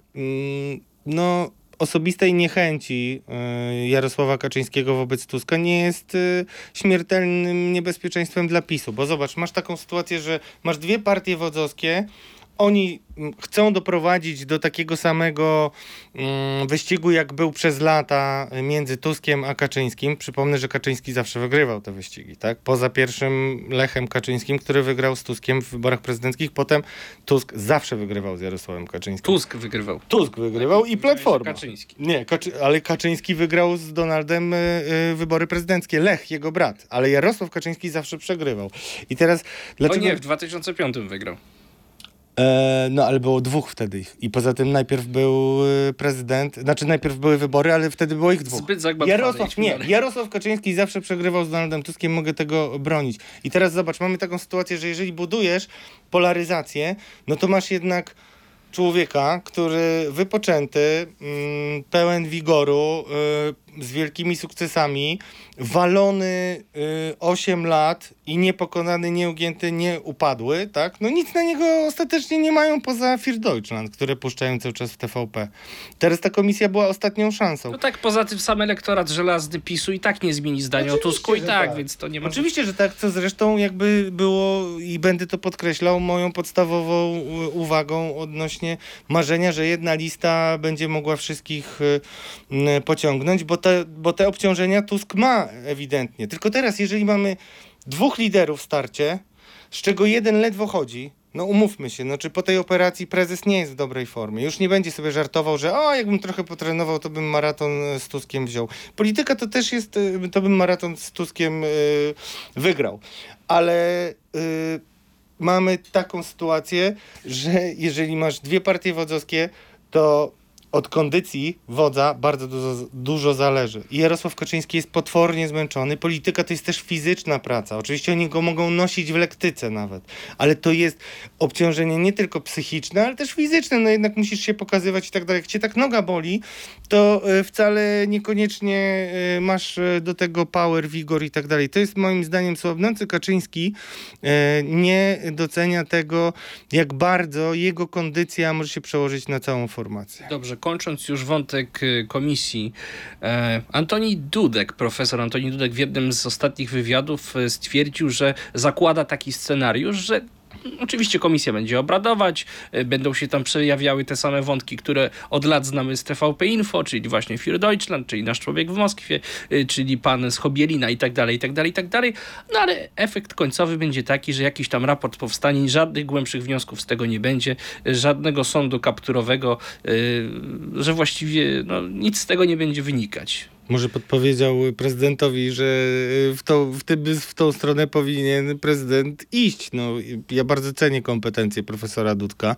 [SPEAKER 3] osobistej niechęci Jarosława Kaczyńskiego wobec Tuska nie jest śmiertelnym niebezpieczeństwem dla PiS-u. Bo zobacz, masz taką sytuację, że masz dwie partie wodzowskie, oni chcą doprowadzić do takiego samego wyścigu, jak był przez lata między Tuskiem a Kaczyńskim. Przypomnę, że Kaczyński zawsze wygrywał te wyścigi, tak? Poza pierwszym Lechem Kaczyńskim, który wygrał z Tuskiem w wyborach prezydenckich. Potem Tusk zawsze wygrywał z Jarosławem Kaczyńskim. Tusk wygrywał i Platforma.
[SPEAKER 2] Kaczyński.
[SPEAKER 3] Nie, ale Kaczyński wygrał z Donaldem wybory prezydenckie. Lech, jego brat. Ale Jarosław Kaczyński zawsze przegrywał. I teraz...
[SPEAKER 2] Dlaczego? O nie, w 2005 wygrał.
[SPEAKER 3] No, ale było dwóch wtedy. I poza tym najpierw był prezydent, znaczy najpierw były wybory, ale wtedy było ich dwóch.
[SPEAKER 2] Zbyt zagmatwane.
[SPEAKER 3] Jarosław Kaczyński zawsze przegrywał z Donaldem Tuskiem, mogę tego bronić. I teraz zobacz, mamy taką sytuację, że jeżeli budujesz polaryzację, no to masz jednak człowieka, który wypoczęty, pełen wigoru, z wielkimi sukcesami, walony 8 lat i niepokonany, nieugięty, nieupadły, tak? No nic na niego ostatecznie nie mają poza Für Deutschland, które puszczają cały czas w TVP. Teraz ta komisja była ostatnią szansą.
[SPEAKER 2] No tak, poza tym sam elektorat żelazny PiS-u i tak nie zmieni zdania o
[SPEAKER 3] Oczywiście,
[SPEAKER 2] Tusku i
[SPEAKER 3] że
[SPEAKER 2] tak,
[SPEAKER 3] tak.
[SPEAKER 2] więc to nie ma...
[SPEAKER 3] Oczywiście, że tak, co zresztą jakby było i będę to podkreślał, moją podstawową uwagą odnośnie marzenia, że jedna lista będzie mogła wszystkich pociągnąć, bo te obciążenia Tusk ma ewidentnie. Tylko teraz, jeżeli mamy dwóch liderów w starcie, z czego jeden ledwo chodzi, no umówmy się, no czy po tej operacji prezes nie jest w dobrej formie. Już nie będzie sobie żartował, że jakbym trochę potrenował, to bym maraton z Tuskiem wziął. Polityka to też jest, to bym maraton z Tuskiem wygrał. Ale mamy taką sytuację, że jeżeli masz dwie partie wodzowskie, to od kondycji wodza bardzo dużo zależy. I Jarosław Kaczyński jest potwornie zmęczony. Polityka to jest też fizyczna praca. Oczywiście oni go mogą nosić w lektyce nawet. Ale to jest obciążenie nie tylko psychiczne, ale też fizyczne. No jednak musisz się pokazywać i tak dalej. Jak cię tak noga boli, to wcale niekoniecznie masz do tego power, wigor i tak dalej. To jest moim zdaniem słabnący Kaczyński nie docenia tego, jak bardzo jego kondycja może się przełożyć na całą formację.
[SPEAKER 2] Dobrze, kończąc już wątek komisji, Antoni Dudek, profesor Antoni Dudek w jednym z ostatnich wywiadów stwierdził, że zakłada taki scenariusz, że oczywiście komisja będzie obradować, będą się tam przejawiały te same wątki, które od lat znamy z TVP Info, czyli właśnie Für Deutschland, czyli Nasz Człowiek w Moskwie, czyli pan z Chobielina i tak dalej, i tak dalej, i tak dalej. No ale efekt końcowy będzie taki, że jakiś tam raport powstanie i żadnych głębszych wniosków z tego nie będzie, żadnego sądu kapturowego, że właściwie no, nic z tego nie będzie wynikać.
[SPEAKER 3] Może podpowiedział prezydentowi, że w tą stronę powinien prezydent iść. No, ja bardzo cenię kompetencje profesora Dudka.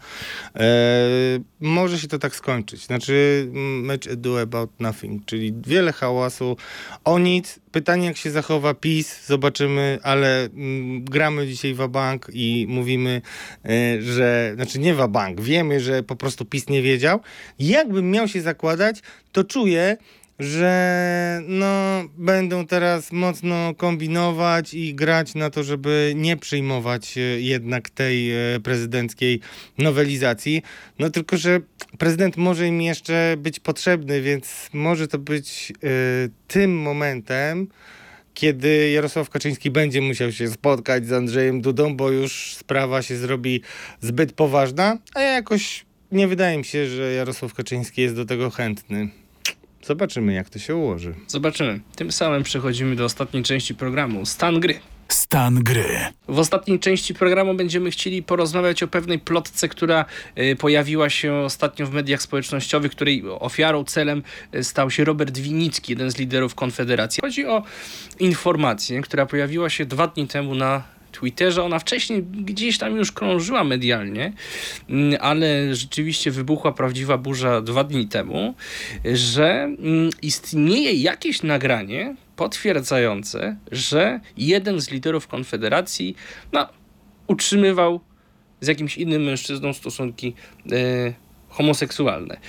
[SPEAKER 3] Może się to tak skończyć. Znaczy much ado about nothing, czyli wiele hałasu o nic. Pytanie, jak się zachowa PiS, zobaczymy, ale gramy dzisiaj wabank i mówimy, że, znaczy nie wabank, wiemy, że po prostu PiS nie wiedział. Jakbym miał się zakładać, to czuję, że no, będą teraz mocno kombinować i grać na to, żeby nie przyjmować jednak tej prezydenckiej nowelizacji. No tylko, że prezydent może im jeszcze być potrzebny, więc może to być tym momentem, kiedy Jarosław Kaczyński będzie musiał się spotkać z Andrzejem Dudą, bo już sprawa się zrobi zbyt poważna, a ja jakoś nie wydaje mi się, że Jarosław Kaczyński jest do tego chętny. Zobaczymy, jak to się ułoży.
[SPEAKER 2] Zobaczymy. Tym samym przechodzimy do ostatniej części programu. Stan gry.
[SPEAKER 1] Stan gry.
[SPEAKER 2] W ostatniej części programu będziemy chcieli porozmawiać o pewnej plotce, która pojawiła się ostatnio w mediach społecznościowych, której ofiarą, celem stał się Robert Winnicki, jeden z liderów Konfederacji. Chodzi o informację, która pojawiła się 2 dni temu na Twitterze. Ona wcześniej gdzieś tam już krążyła medialnie, ale rzeczywiście wybuchła prawdziwa burza 2 dni temu, że istnieje jakieś nagranie potwierdzające, że jeden z liderów Konfederacji utrzymywał z jakimś innym mężczyzną stosunki homoseksualne.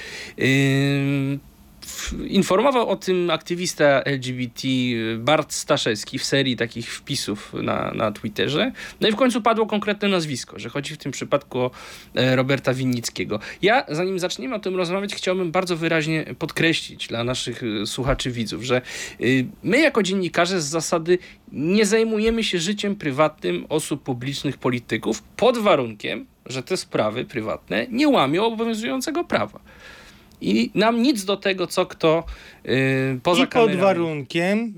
[SPEAKER 2] Informował o tym aktywista LGBT Bart Staszewski w serii takich wpisów na Twitterze. No i w końcu padło konkretne nazwisko, że chodzi w tym przypadku o Roberta Winnickiego. Ja, zanim zaczniemy o tym rozmawiać, chciałbym bardzo wyraźnie podkreślić dla naszych słuchaczy, widzów, że my jako dziennikarze z zasady nie zajmujemy się życiem prywatnym osób publicznych, polityków, pod warunkiem, że te sprawy prywatne nie łamią obowiązującego prawa. I nam nic do tego, co kto poza kamerami.
[SPEAKER 3] I pod warunkiem,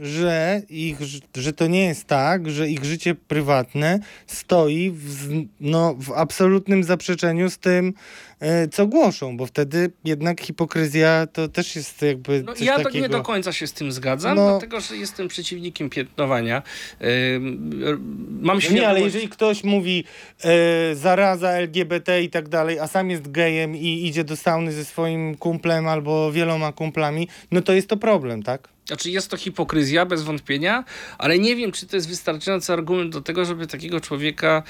[SPEAKER 3] że to nie jest tak, że ich życie prywatne stoi w absolutnym zaprzeczeniu z tym, co głoszą, bo wtedy jednak hipokryzja to też jest jakby
[SPEAKER 2] No,
[SPEAKER 3] coś
[SPEAKER 2] ja
[SPEAKER 3] takiego...
[SPEAKER 2] nie do końca się z tym zgadzam,
[SPEAKER 3] No.
[SPEAKER 2] dlatego że jestem przeciwnikiem piętnowania. Mam
[SPEAKER 3] No nie,
[SPEAKER 2] świadomość...
[SPEAKER 3] ale jeżeli ktoś mówi zaraza LGBT i tak dalej, a sam jest gejem i idzie do sauny ze swoim kumplem albo wieloma kumplami, no to jest to problem, tak?
[SPEAKER 2] Znaczy jest to hipokryzja, bez wątpienia, ale nie wiem, czy to jest wystarczający argument do tego, żeby takiego człowieka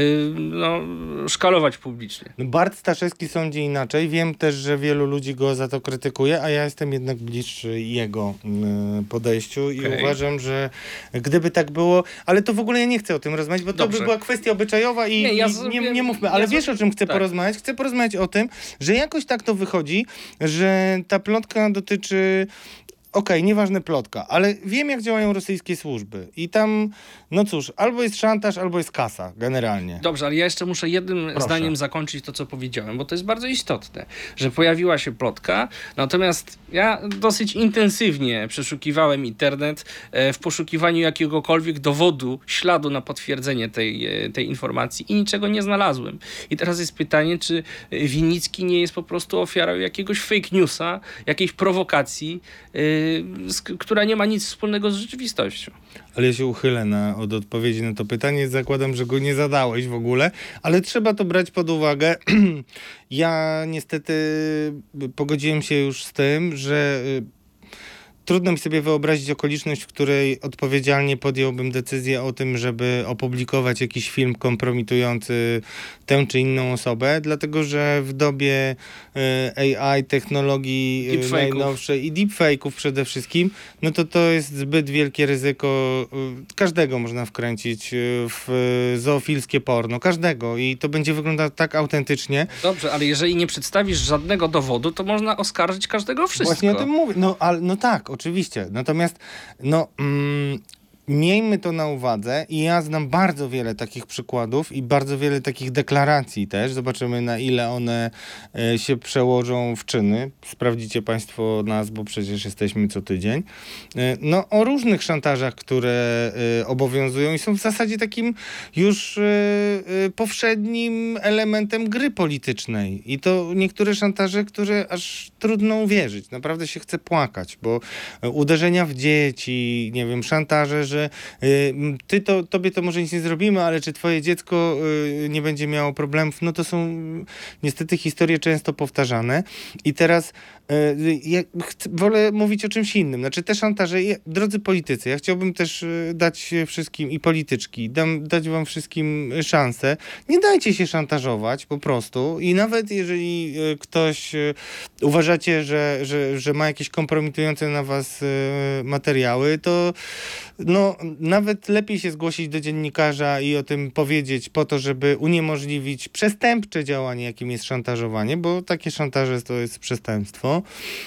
[SPEAKER 2] szkalować publicznie.
[SPEAKER 3] No Bart Staszewski sądzi inaczej. Wiem też, że wielu ludzi go za to krytykuje, a ja jestem jednak bliższy jego podejściu i
[SPEAKER 2] Okej.
[SPEAKER 3] uważam, że gdyby tak było, ale to w ogóle ja nie chcę o tym rozmawiać, bo to
[SPEAKER 2] Dobrze.
[SPEAKER 3] by była kwestia obyczajowa i nie mówmy. Ale wiesz, o czym chcę porozmawiać? Chcę porozmawiać o tym, że jakoś tak to wychodzi, że ta plotka dotyczy... Okej, nieważne plotka, ale wiem, jak działają rosyjskie służby. I tam, no cóż, albo jest szantaż, albo jest kasa, generalnie.
[SPEAKER 2] Dobrze, ale ja jeszcze muszę jednym
[SPEAKER 3] Proszę.
[SPEAKER 2] zdaniem zakończyć to, co powiedziałem, bo to jest bardzo istotne, że pojawiła się plotka, natomiast ja dosyć intensywnie przeszukiwałem internet w poszukiwaniu jakiegokolwiek dowodu, śladu na potwierdzenie tej informacji i niczego nie znalazłem. I teraz jest pytanie, czy Winnicki nie jest po prostu ofiarą jakiegoś fake newsa, jakiejś prowokacji, która nie ma nic wspólnego z rzeczywistością.
[SPEAKER 3] Ale ja się uchylę od odpowiedzi na to pytanie. Zakładam, że go nie zadałeś w ogóle, ale trzeba to brać pod uwagę. Ja niestety pogodziłem się już z tym, że trudno mi sobie wyobrazić okoliczność, w której odpowiedzialnie podjąłbym decyzję o tym, żeby opublikować jakiś film kompromitujący tę czy inną osobę, dlatego że w dobie AI, technologii najnowszej i deepfake'ów przede wszystkim, no to jest zbyt wielkie ryzyko. Każdego można wkręcić w zoofilskie porno. Każdego. I to będzie wyglądać tak autentycznie.
[SPEAKER 2] Dobrze, ale jeżeli nie przedstawisz żadnego dowodu, to można oskarżyć każdego o wszystko.
[SPEAKER 3] Właśnie o tym mówię. No tak, oczywiście. Natomiast miejmy to na uwadze i ja znam bardzo wiele takich przykładów i bardzo wiele takich deklaracji też. Zobaczymy, na ile one się przełożą w czyny. Sprawdzicie Państwo nas, bo przecież jesteśmy co tydzień. No o różnych szantażach, które obowiązują i są w zasadzie takim już powszednim elementem gry politycznej. I to niektóre szantaże, które aż trudno uwierzyć. Naprawdę się chce płakać, bo uderzenia w dzieci, nie wiem, szantaże, że tobie to może nic nie zrobimy, ale czy twoje dziecko nie będzie miało problemów, no to są niestety historie często powtarzane. I teraz ja wolę mówić o czymś innym. Znaczy te szantaże, drodzy politycy, ja chciałbym też dać wszystkim i polityczki, dać wam wszystkim szansę. Nie dajcie się szantażować po prostu i nawet jeżeli ktoś uważacie, że ma jakieś kompromitujące na was materiały, to no nawet lepiej się zgłosić do dziennikarza i o tym powiedzieć po to, żeby uniemożliwić przestępcze działanie, jakim jest szantażowanie, bo takie szantaże to jest przestępstwo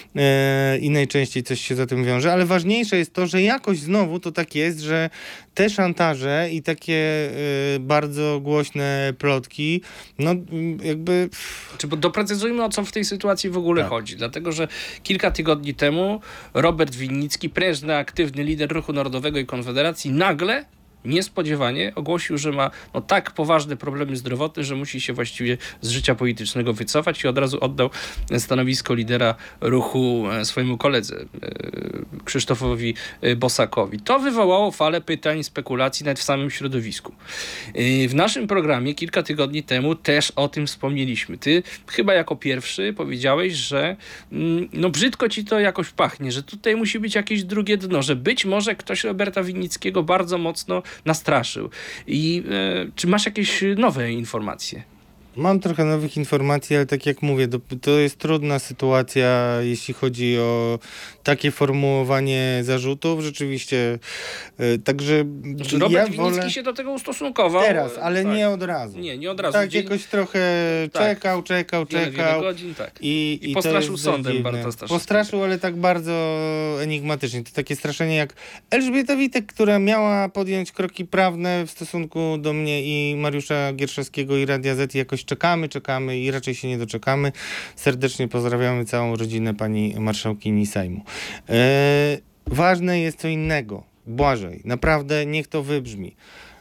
[SPEAKER 3] i najczęściej coś się za tym wiąże, ale ważniejsze jest to, że jakoś znowu to tak jest, że te szantaże i takie bardzo głośne plotki, no jakby...
[SPEAKER 2] Bo doprecyzujmy, o co w tej sytuacji w ogóle chodzi. Dlatego, że kilka tygodni temu Robert Winnicki, prężny, aktywny lider Ruchu Narodowego i Konfederacji, nagle, niespodziewanie ogłosił, że ma tak poważne problemy zdrowotne, że musi się właściwie z życia politycznego wycofać i od razu oddał stanowisko lidera ruchu swojemu koledze Krzysztofowi Bosakowi. To wywołało falę pytań, spekulacji nawet w samym środowisku. W naszym programie kilka tygodni temu też o tym wspomnieliśmy. Ty chyba jako pierwszy powiedziałeś, że brzydko ci to jakoś pachnie, że tutaj musi być jakieś drugie dno, że być może ktoś Roberta Winnickiego bardzo mocno nastraszył. I czy masz jakieś nowe informacje?
[SPEAKER 3] Mam trochę nowych informacji, ale tak jak mówię, to jest trudna sytuacja, jeśli chodzi o takie formułowanie zarzutów. Rzeczywiście, także
[SPEAKER 2] Robert Winnicki się do tego ustosunkował.
[SPEAKER 3] Teraz, ale
[SPEAKER 2] tak.
[SPEAKER 3] nie od razu.
[SPEAKER 2] Nie od razu.
[SPEAKER 3] Tak, jakoś trochę czekał.
[SPEAKER 2] Wiele godzin, tak. I postraszył sądem bardzo strasznie.
[SPEAKER 3] Postraszył, ale tak bardzo enigmatycznie. To takie straszenie jak Elżbieta Witek, która miała podjąć kroki prawne w stosunku do mnie i Mariusza Gierszewskiego i Radia Z. Jakoś czekamy i raczej się nie doczekamy. Serdecznie pozdrawiamy całą rodzinę pani marszałkini Sejmu. Ważne jest co innego. Błażej, naprawdę niech to wybrzmi.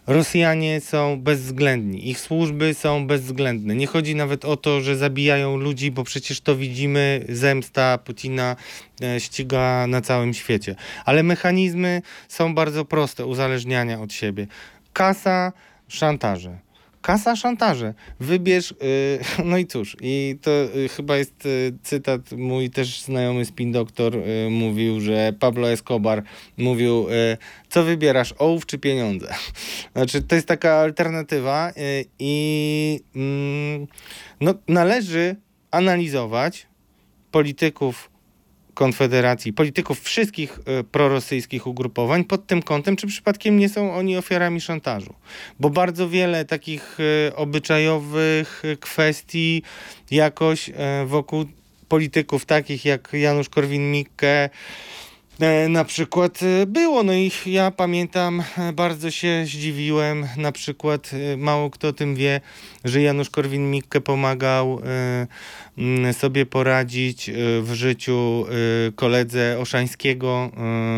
[SPEAKER 3] Rosjanie są bezwzględni, ich służby są bezwzględne. Nie chodzi nawet o to, że zabijają ludzi, bo przecież to widzimy, zemsta Putina ściga na całym świecie. Ale mechanizmy są bardzo proste, uzależniania od siebie. Kasa, szantaże. Kasa, szantaże. Wybierz, no i cóż, i to chyba jest cytat, mój też znajomy spin doktor mówił, że Pablo Escobar mówił, co wybierasz, ołów czy pieniądze? Znaczy, to jest taka alternatywa i no, należy analizować polityków Konfederacji, polityków wszystkich prorosyjskich ugrupowań pod tym kątem, czy przypadkiem nie są oni ofiarami szantażu. Bo bardzo wiele takich obyczajowych kwestii jakoś wokół polityków takich jak Janusz Korwin-Mikke na przykład było. No i ja pamiętam, bardzo się zdziwiłem, na przykład mało kto o tym wie, że Janusz Korwin-Mikke pomagał sobie poradzić w życiu koledze Olszańskiego.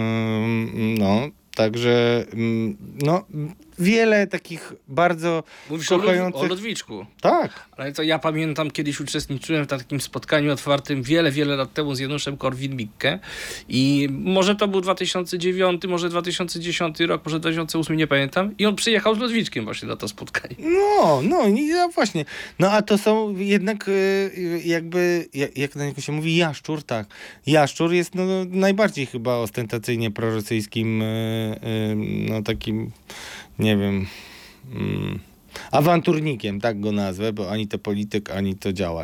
[SPEAKER 3] No, także no, wiele takich bardzo
[SPEAKER 2] Mówisz o
[SPEAKER 3] kochających...
[SPEAKER 2] Ludwiczku.
[SPEAKER 3] Tak.
[SPEAKER 2] Ale to ja pamiętam, kiedyś uczestniczyłem w takim spotkaniu otwartym wiele lat temu z Januszem Korwin-Mikke i może to był 2009, może 2010 rok, może 2008, nie pamiętam. I on przyjechał z Ludwiczkiem właśnie na to spotkanie.
[SPEAKER 3] No i ja właśnie. No a to są jednak jakby, jak na niego się mówi, jaszczur, tak. Jaszczur jest no, najbardziej chyba ostentacyjnie prorosyjskim, no takim, nie wiem, awanturnikiem, tak go nazwę, bo ani to polityk, ani to działacz.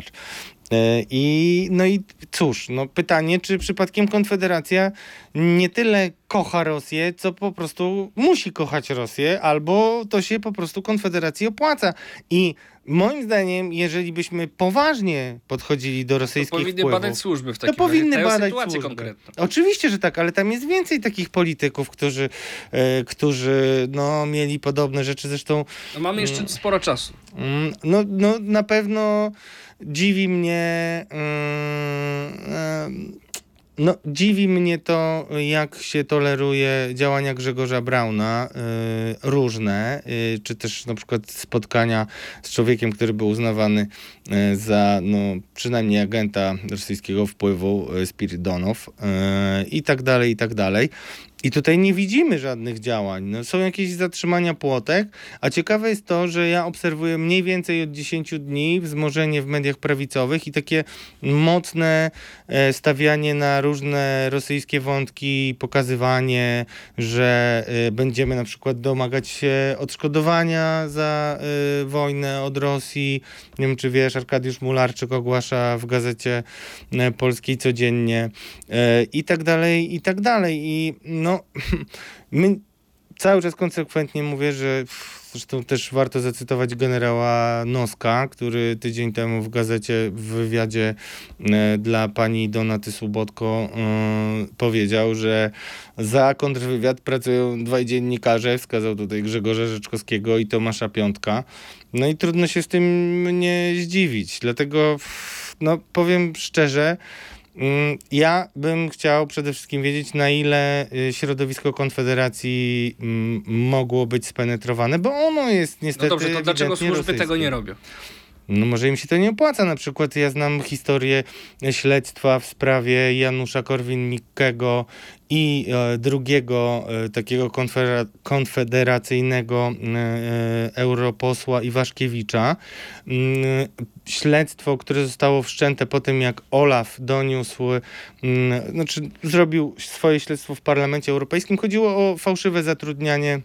[SPEAKER 3] No i cóż, no pytanie, czy przypadkiem Konfederacja nie tyle kocha Rosję, co po prostu musi kochać Rosję, albo to się po prostu Konfederacji opłaca. I moim zdaniem, jeżeli byśmy poważnie podchodzili do rosyjskich
[SPEAKER 2] To powinny
[SPEAKER 3] wpływów,
[SPEAKER 2] badać służby w
[SPEAKER 3] to
[SPEAKER 2] takim
[SPEAKER 3] powinny
[SPEAKER 2] razie.
[SPEAKER 3] badać
[SPEAKER 2] sytuację
[SPEAKER 3] służby.
[SPEAKER 2] konkretną.
[SPEAKER 3] Oczywiście, że tak, ale tam jest więcej takich polityków, którzy no, mieli podobne rzeczy. Zresztą
[SPEAKER 2] No mamy jeszcze sporo czasu.
[SPEAKER 3] no na pewno dziwi mnie dziwi mnie to, jak się toleruje działania Grzegorza Brauna, różne, czy też na przykład spotkania z człowiekiem, który był uznawany za no, przynajmniej agenta rosyjskiego wpływu, Spirydonow, i tak dalej, i tak dalej. I tutaj nie widzimy żadnych działań. No, są jakieś zatrzymania płotek, a ciekawe jest to, że ja obserwuję mniej więcej od 10 dni wzmożenie w mediach prawicowych i takie mocne stawianie na różne rosyjskie wątki, pokazywanie, że będziemy na przykład domagać się odszkodowania za wojnę od Rosji. Nie wiem, czy wiesz, Arkadiusz Mularczyk ogłasza w Gazecie Polskiej codziennie i tak dalej, i tak dalej. I no, my cały czas konsekwentnie mówię, że zresztą też warto zacytować generała Noska, który tydzień temu w gazecie, w wywiadzie dla pani Donaty Słubotko powiedział, że za kontrwywiad pracują 2 dziennikarze, wskazał tutaj Grzegorza Rzeczkowskiego i Tomasza Piątka. No i trudno się z tym nie zdziwić, dlatego no, powiem szczerze, ja bym chciał przede wszystkim wiedzieć, na ile środowisko Konfederacji mogło być spenetrowane, bo ono jest niestety
[SPEAKER 2] No dobrze, to dlaczego
[SPEAKER 3] ewidentnie
[SPEAKER 2] służby tego
[SPEAKER 3] rosyjskie.
[SPEAKER 2] nie robią?
[SPEAKER 3] No może im się to nie opłaca. Na przykład ja znam historię śledztwa w sprawie Janusza Korwin-Mikkego i drugiego takiego konfederacyjnego europosła Iwaszkiewicza. Śledztwo, które zostało wszczęte po tym, jak Olaf doniósł, znaczy zrobił swoje śledztwo w Parlamencie Europejskim. Chodziło o fałszywe zatrudnianie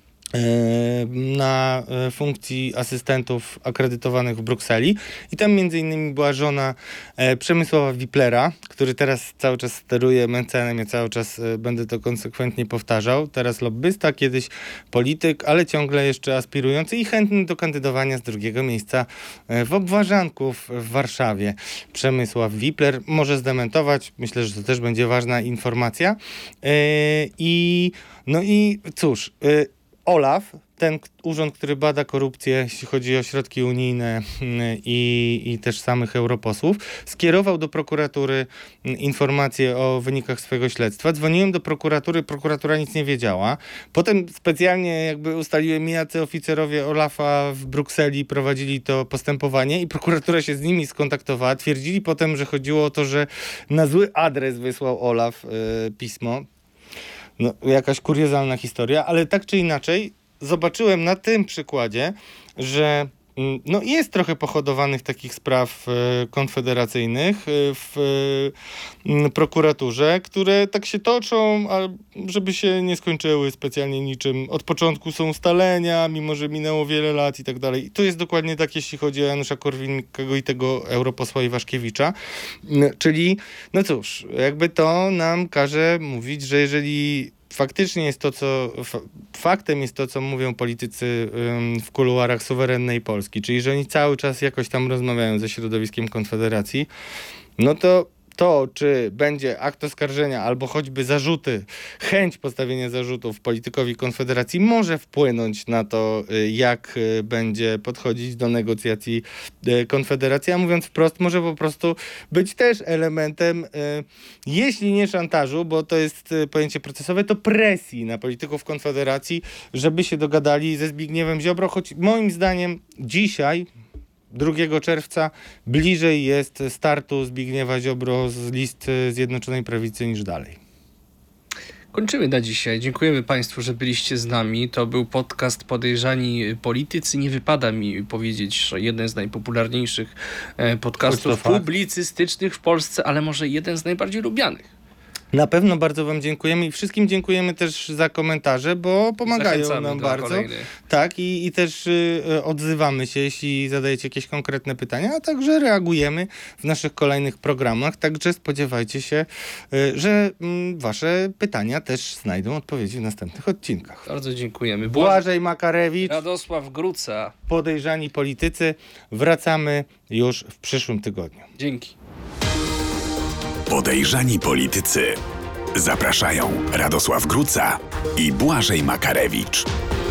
[SPEAKER 3] na funkcji asystentów akredytowanych w Brukseli i tam między innymi była żona Przemysława Wiplera, który teraz cały czas steruje Mencenem, ja cały czas będę to konsekwentnie powtarzał, teraz lobbysta, kiedyś polityk, ale ciągle jeszcze aspirujący i chętny do kandydowania z 2. miejsca w Obwarzanków w Warszawie. Przemysław Wipler może zdementować, myślę, że to też będzie ważna informacja. No i cóż, Olaf ten urząd, który bada korupcję, jeśli chodzi o środki unijne i też samych europosłów, skierował do prokuratury informacje o wynikach swojego śledztwa. Dzwoniłem do prokuratury, prokuratura nic nie wiedziała. Potem specjalnie jakby ustaliłem, jacy oficerowie Olafa w Brukseli prowadzili to postępowanie i prokuratura się z nimi skontaktowała. Twierdzili potem, że chodziło o to, że na zły adres wysłał Olaf pismo. No, jakaś kuriozalna historia, ale tak czy inaczej zobaczyłem na tym przykładzie, że no, jest trochę pohodowanych takich spraw konfederacyjnych w prokuraturze, które tak się toczą, a żeby się nie skończyły specjalnie niczym. Od początku są ustalenia, mimo że minęło wiele lat i tak dalej. I to jest dokładnie tak, jeśli chodzi o Janusza Korwin-Mikkego i tego europosła Iwaszkiewicza. Czyli, no cóż, jakby to nam każe mówić, że jeżeli faktycznie jest to, co faktem jest to, co mówią politycy w kuluarach suwerennej Polski, czyli że oni cały czas jakoś tam rozmawiają ze środowiskiem Konfederacji, no to, czy będzie akt oskarżenia albo choćby zarzuty, chęć postawienia zarzutów politykowi Konfederacji może wpłynąć na to, jak będzie podchodzić do negocjacji Konfederacja. Mówiąc wprost, może po prostu być też elementem, jeśli nie szantażu, bo to jest pojęcie procesowe, to presji na polityków Konfederacji, żeby się dogadali ze Zbigniewem Ziobro, choć moim zdaniem dzisiaj, 2 czerwca, bliżej jest startu Zbigniewa Ziobro z list Zjednoczonej Prawicy niż dalej.
[SPEAKER 2] Kończymy na dzisiaj. Dziękujemy Państwu, że byliście z nami. To był podcast Podejrzani Politycy. Nie wypada mi powiedzieć, że jeden z najpopularniejszych podcastów publicystycznych w Polsce, ale może jeden z najbardziej lubianych.
[SPEAKER 3] Na pewno bardzo wam dziękujemy i wszystkim dziękujemy też za komentarze, bo pomagają
[SPEAKER 2] Zachęcamy
[SPEAKER 3] nam
[SPEAKER 2] do
[SPEAKER 3] bardzo.
[SPEAKER 2] kolejnych.
[SPEAKER 3] Tak, i też odzywamy się, jeśli zadajecie jakieś konkretne pytania, a także reagujemy w naszych kolejnych programach, także spodziewajcie się, że wasze pytania też znajdą odpowiedzi w następnych odcinkach.
[SPEAKER 2] Bardzo dziękujemy.
[SPEAKER 3] Błażej Makarewicz,
[SPEAKER 2] Radosław Gruca.
[SPEAKER 3] Podejrzani Politycy. Wracamy już w przyszłym tygodniu.
[SPEAKER 2] Dzięki.
[SPEAKER 1] Podejrzani Politycy. Zapraszają Radosław Gruca i Błażej Makarewicz.